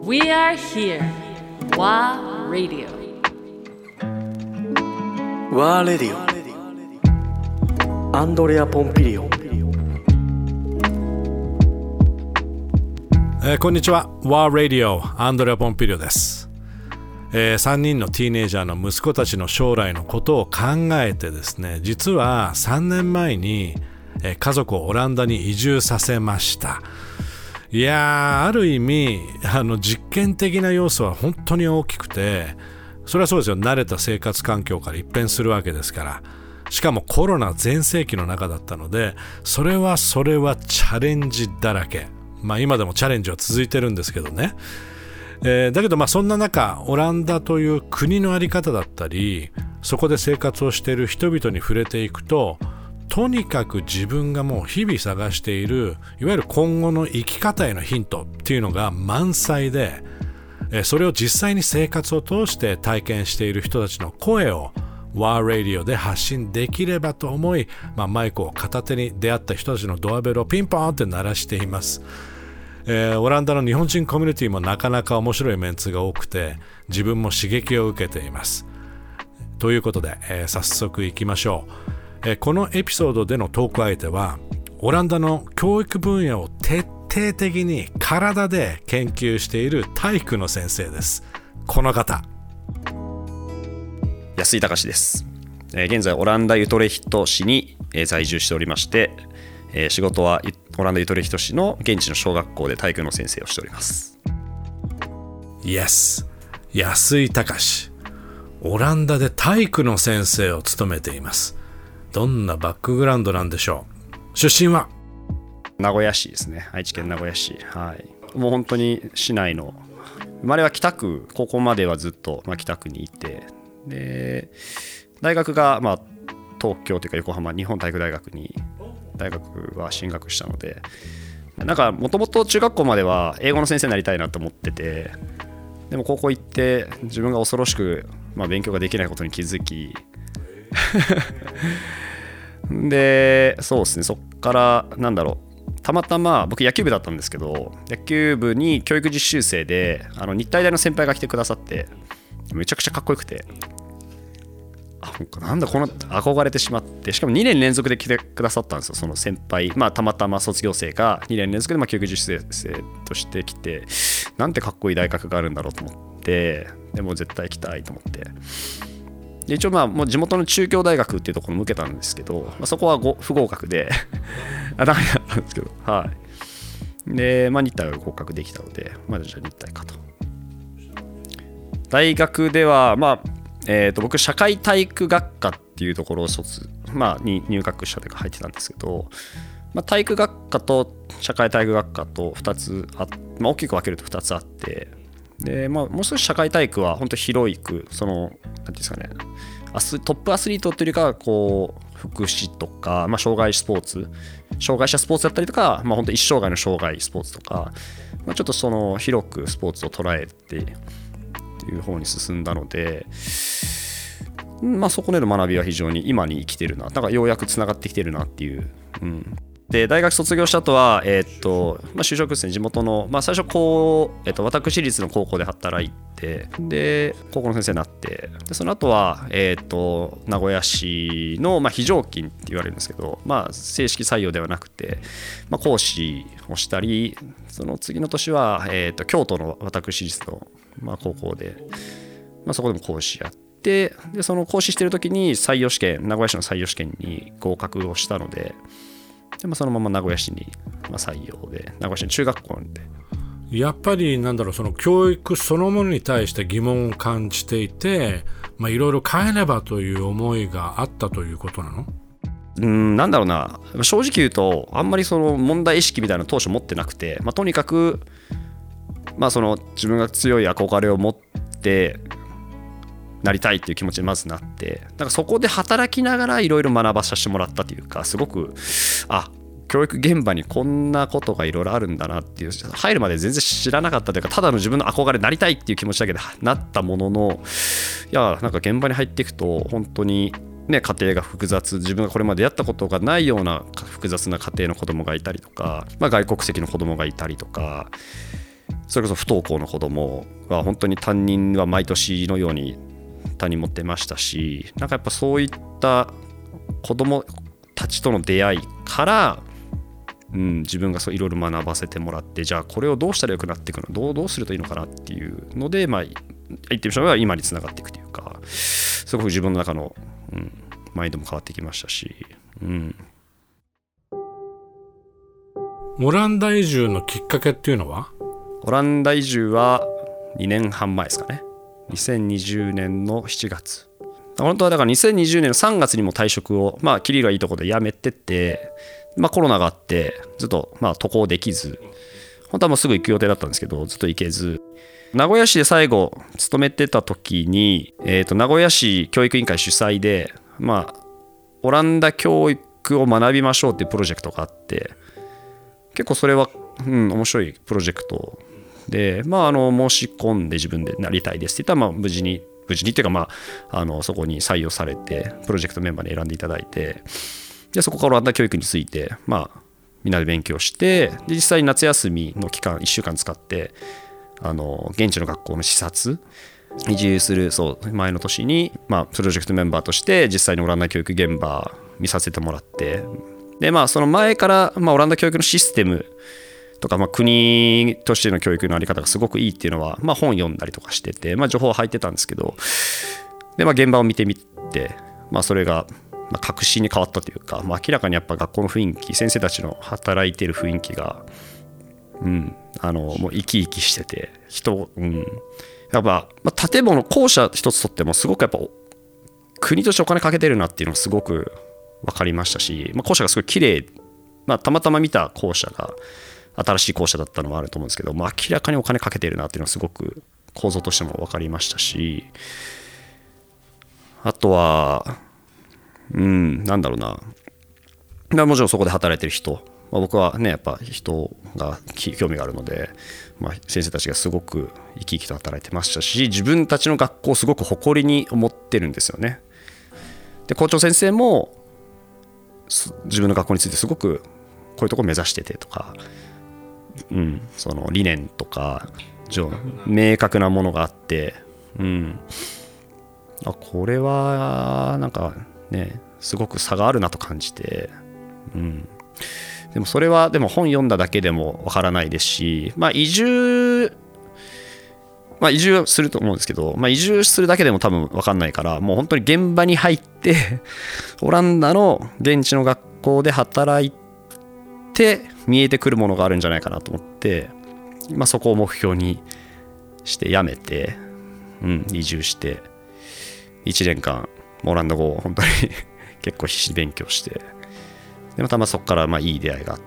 We are here. WA Radio. WA Radio アンドレア・ポンピリオン。 こんにちは。WA Radio アンドレア・ポンピリオです。3人のティーネイジャーの息子たちの将来のことを考えてですね、実は3年前に家族をオランダに移住させました。いやー、ある意味実験的な要素は本当に大きくて、それはそうですよ。慣れた生活環境から一変するわけですから。しかもコロナ全盛期の中だったので、それはチャレンジだらけ。今でもチャレンジは続いてるんですけどね。だけどそんな中、オランダという国の在り方だったり、そこで生活をしている人々に触れていくと、とにかく自分がもう日々探しているいわゆる今後の生き方へのヒントっていうのが満載で、それを実際に生活を通して体験している人たちの声をWA Radio で発信できればと思い、マイクを片手に出会った人たちのドアベルをピンポーンって鳴らしています。オランダの日本人コミュニティもなかなか面白いメンツが多くて、自分も刺激を受けています。ということで、早速行きましょう。このエピソードでのトーク相手は、オランダの教育分野を徹底的に体で研究している体育の先生です。この方、 安井隆です。現在オランダユトレヒト市に在住しておりまして、仕事はオランダユトレヒト市の現地の小学校で体育の先生をしております。 Yes、 安井隆、オランダで体育の先生を務めています。どんなバックグラウンドなんでしょう。出身は名古屋市ですね。愛知県名古屋市。はい。もう本当に市内の、生まれは北区、高校まではずっと北区にいて、で大学が東京というか横浜日本体育大学に大学は進学したので、もともと中学校までは英語の先生になりたいなと思ってて、でも高校行って自分が恐ろしく勉強ができないことに気づきで、そうですね、そっからたまたま僕野球部だったんですけど、野球部に教育実習生で日体大の先輩が来てくださって、めちゃくちゃかっこよくて、この憧れてしまって、しかも2年連続で来てくださったんですよ、その先輩。たまたま卒業生が2年連続で教育実習生として来て、なんてかっこいい大学があるんだろうと思って、でも絶対行きたいと思って、で一応もう地元の中京大学っていうところも受けたんですけど、そこは不合格でダメだったんですけど、はい。で日体は合格できたので、じゃあ日体かと。大学では僕社会体育学科っていうところに入学したというか入ってたんですけど、体育学科と社会体育学科と2つ大きく分けると2つあって、でもう少し社会体育は本当広くなんていうんですかね、トップアスリートというよりかは福祉とか、障害者スポーツだったりとか、本当一生涯の障害スポーツとか、ちょっと広くスポーツを捉えてっていう方に進んだので、そこでの学びは非常に今に生きてるな、ようやくつながってきてるなっていう。で大学卒業した後は就職ですね、地元の最初私立の高校で働いて、で高校の先生になって、でその後は名古屋市の非常勤って言われるんですけど、正式採用ではなくて講師をしたり、その次の年は京都の私立の高校でそこでも講師やって、でその講師してる時に名古屋市の採用試験に合格をしたので、そのまま名古屋市に採用で、名古屋市の中学校で。 やっぱりその教育そのものに対して疑問を感じていて、いろいろ変えればという思いがあったということなの？ 正直言うとあんまりその問題意識みたいなの当初持ってなくて、とにかくその自分が強い憧れを持ってなりたいっていう気持ちにまずなって、そこで働きながらいろいろ学ばさせてもらったというか、すごく教育現場にこんなことがいろいろあるんだなっていう、入るまで全然知らなかったというか、ただの自分の憧れになりたいっていう気持ちだけでなったものの、現場に入っていくと本当に家庭が複雑、自分がこれまでやったことがないような複雑な家庭の子供がいたりとか、外国籍の子供がいたりとか、 それこそ不登校の子供は本当に担任は毎年のように担任持ってましたし、なんかやっぱそういった子供たちとの出会いから、自分がそういろいろ学ばせてもらって、じゃあこれをどうしたらよくなっていくの、どうするといいのかなっていうので、言ってみれば今につながっていくというか、すごく自分の中の、マインドも変わってきましたし、 オランダ移住のきっかけっていうのは？ オランダ移住は2年半前ですかね。2020年の7月。本当はだから2020年の3月にも退職を、キリがいいところで辞めてて、コロナがあってずっと渡航できず、本当はもうすぐ行く予定だったんですけど、ずっと行けず、名古屋市で最後勤めてた時に、名古屋市教育委員会主催で、オランダ教育を学びましょうっていうプロジェクトがあって、結構それは、面白いプロジェクトで、申し込んで自分でなりたいですって言ったら、無事にっていうか、そこに採用されてプロジェクトメンバーに選んでいただいて、でそこからオランダ教育について、みんなで勉強して、で実際に夏休みの期間1週間使って現地の学校の視察、移住する前の年に、プロジェクトメンバーとして実際にオランダ教育現場見させてもらって、でその前から、オランダ教育のシステムとか、国としての教育の在り方がすごくいいっていうのは、本読んだりとかしてて、情報は入ってたんですけど、で、現場を見てみて、それが確信に変わったというか、明らかにやっぱ学校の雰囲気、先生たちの働いている雰囲気が、もう生き生きしてて、やっぱ、建物校舎一つとってもすごくやっぱ国としてお金かけてるなっていうのがすごく分かりましたし、校舎がすごい綺麗、たまたま見た校舎が新しい校舎だったのもあると思うんですけど、明らかにお金かけてるなっていうのはすごく構造としても分かりましたし、あとはなんだろうな、もちろんそこで働いてる人、僕はねやっぱ人が興味があるので、先生たちがすごく生き生きと働いてましたし、自分たちの学校をすごく誇りに思ってるんですよね。で校長先生も自分の学校についてすごくこういうところを目指しててとか、その理念とか明確なものがあって、これはなんかねすごく差があるなと感じて、でもそれはでも本読んだだけでもわからないですし、移住はすると思うんですけど、移住するだけでも多分わかんないから、もう本当に現場に入ってオランダの現地の学校で働いて見えてくるものがあるんじゃないかなと思って、そこを目標にして辞めて、移住して1年間オランダ語を本当に結構必死に勉強して、でまたそこからいい出会いがあって、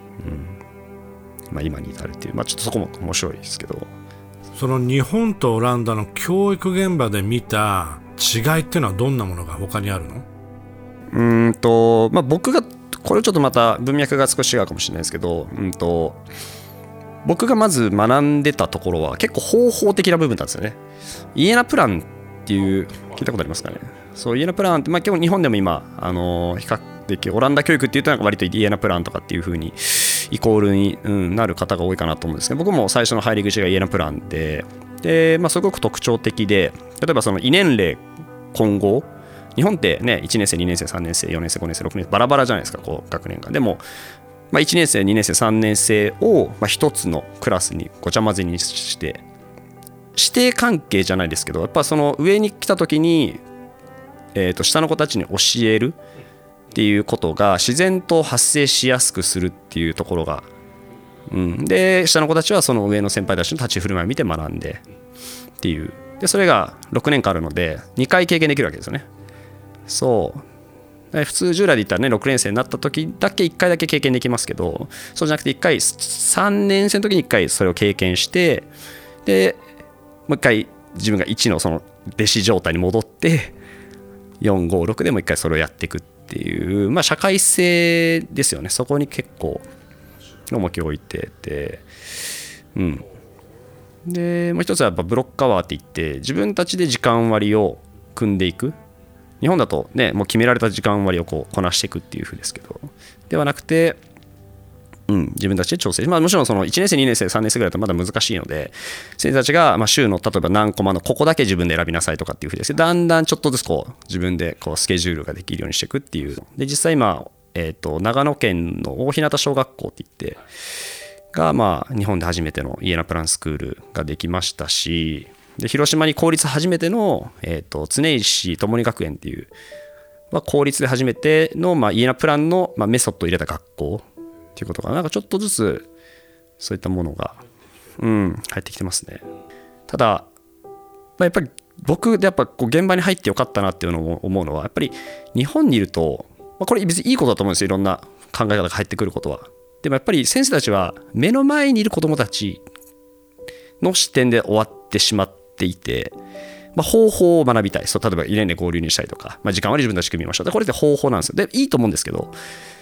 今に至るっていう、ちょっとそこも面白いですけど、 その日本とオランダの教育現場で見た違いっていうのはどんなものが他にあるの？ 僕がこれちょっとまた文脈が少し違うかもしれないですけど、僕がまず学んでたところは結構方法的な部分なんですよね。イエナプランっていう聞いたことありますかね。そうイエナプランって結構日本でも今比較的オランダ教育っていうとなんか割とイエナプランとかっていう風にイコールに、なる方が多いかなと思うんですけど、僕も最初の入り口がイエナプランで、すごく特徴的で、例えばその異年齢混合、日本ってね1年生2年生3年生4年生5年生6年生バラバラじゃないですか、こう学年が。でも、1年生2年生3年生を一つのクラスにごちゃ混ぜにして師弟関係じゃないですけど、やっぱその上に来た時に、下の子たちに教えるっていうことが自然と発生しやすくするっていうところが、で下の子たちはその上の先輩たちの立ち振る舞いを見て学んでっていう、でそれが6年間あるので2回経験できるわけですよね。そう普通従来で言ったらね6年生になった時だけ1回だけ経験できますけど、そうじゃなくて1回3年生の時に1回それを経験して、でもう1回自分が1のその弟子状態に戻って4、5、6でもう1回それをやっていくっていう、社会性ですよね。そこに結構重きを置いてて、でもう一つはやっぱブロックアワーって言って自分たちで時間割を組んでいく。日本だとねもう決められた時間割をこなしていくっていう風ですけど、ではなくて自分たちで調整、もちろんその1年生2年生3年生ぐらいだとまだ難しいので、先生たちが週の例えば何コマのここだけ自分で選びなさいとかっていうふうですけど、だんだんちょっとずつ自分でスケジュールができるようにしていくっていう。で実際今、長野県の大日向小学校っていってが日本で初めてのイエナプランスクールができましたし、で広島に公立初めての、常石ともに学園っていう、公立で初めての、イエナプランの、メソッドを入れた学校っていうことがなんかちょっとずつそういったものが入ってきてますね。ただ、やっぱり僕で現場に入ってよかったなっていうのを思うのは、やっぱり日本にいると、これ別にいいことだと思うんですよ、いろんな考え方が入ってくることは。でもやっぱり先生たちは目の前にいる子どもたちの視点で終わってしまっていて、方法を学びたい。例えば2年で合流にしたりとか、時間割り自分たち組みましょう。これって方法なんですよ。でいいと思うんですけど、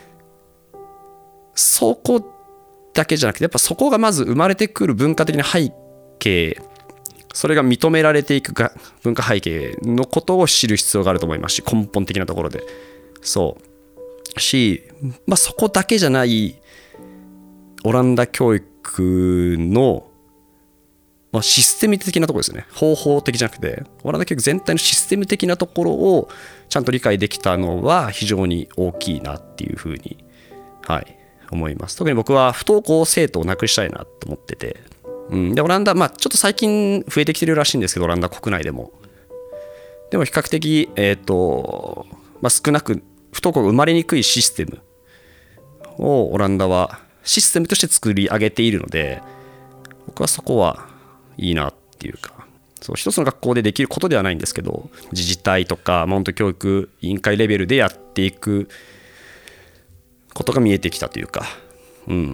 そこだけじゃなくて、やっぱそこがまず生まれてくる文化的な背景、それが認められていく文化背景のことを知る必要があると思いますし、根本的なところでそうし、そこだけじゃないオランダ教育のシステム的なところですね。方法的じゃなくて、オランダ教育全体のシステム的なところをちゃんと理解できたのは非常に大きいなっていうふうに、思います。特に僕は不登校生徒をなくしたいなと思ってて、でオランダ、ちょっと最近増えてきてるらしいんですけど、オランダ国内でも比較的、少なく不登校が生まれにくいシステムをオランダはシステムとして作り上げているので、僕はそこはいいなっていうか、一つの学校でできることではないんですけど、自治体とか本当教育委員会レベルでやっていくことが見えてきたというか、We are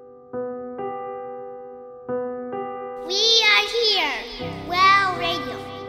here. Wow Radio.